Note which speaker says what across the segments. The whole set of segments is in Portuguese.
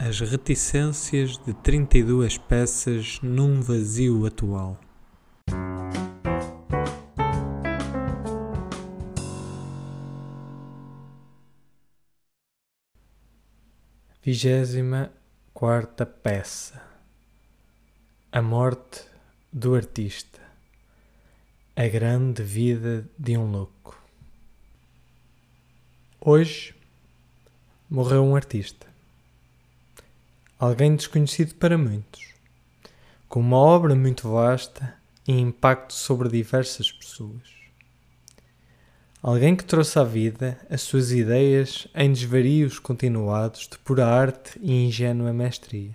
Speaker 1: As reticências de 32 peças num vazio atual. Vigésima quarta peça. A morte do artista. A grande vida de um louco. Hoje morreu um artista. Alguém desconhecido para muitos, com uma obra muito vasta e impacto sobre diversas pessoas. Alguém que trouxe à vida as suas ideias em desvarios continuados de pura arte e ingênua mestria.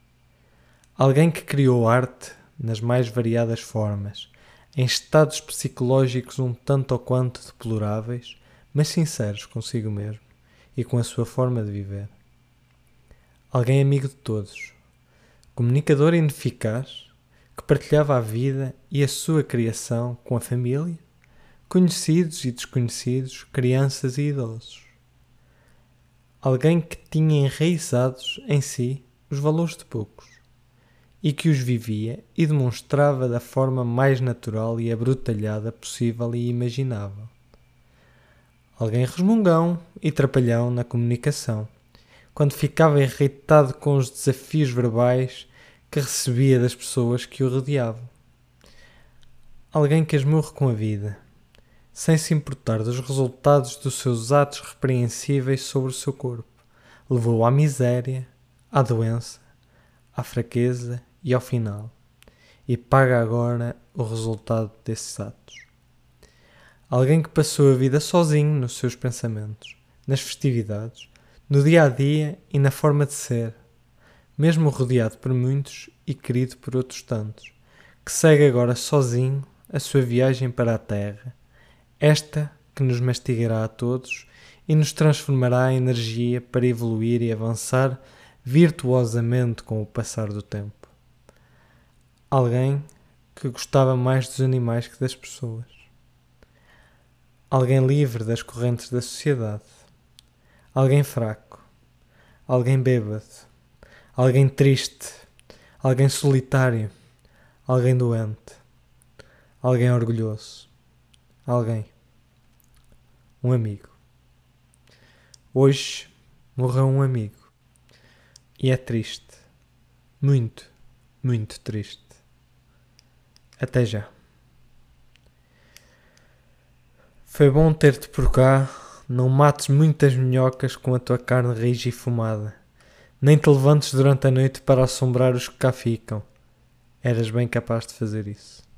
Speaker 1: Alguém que criou arte nas mais variadas formas, em estados psicológicos um tanto ou quanto deploráveis, mas sinceros consigo mesmo e com a sua forma de viver. Alguém amigo de todos, comunicador ineficaz, que partilhava a vida e a sua criação com a família, conhecidos e desconhecidos, crianças e idosos. Alguém que tinha enraizados em si os valores de poucos e que os vivia e demonstrava da forma mais natural e abrutalhada possível e imaginável. Alguém resmungão e trapalhão na comunicação, quando ficava irritado com os desafios verbais que recebia das pessoas que o rodeavam. Alguém que esmurre com a vida, sem se importar dos resultados dos seus atos repreensíveis sobre o seu corpo, levou-o à miséria, à doença, à fraqueza e ao final, e paga agora o resultado desses atos. Alguém que passou a vida sozinho nos seus pensamentos, nas festividades, no dia-a-dia e na forma de ser, mesmo rodeado por muitos e querido por outros tantos, que segue agora sozinho a sua viagem para a Terra, esta que nos mastigará a todos e nos transformará em energia para evoluir e avançar virtuosamente com o passar do tempo. Alguém que gostava mais dos animais que das pessoas. Alguém livre das correntes da sociedade. Alguém fraco, alguém bêbado, alguém triste, alguém solitário, alguém doente, alguém orgulhoso, um amigo. Hoje morreu um amigo e é triste, muito, muito triste. Até já. Foi bom ter-te por cá. Não mates muitas minhocas com a tua carne rija e fumada. Nem te levantes durante a noite para assombrar os que cá ficam. Eras bem capaz de fazer isso.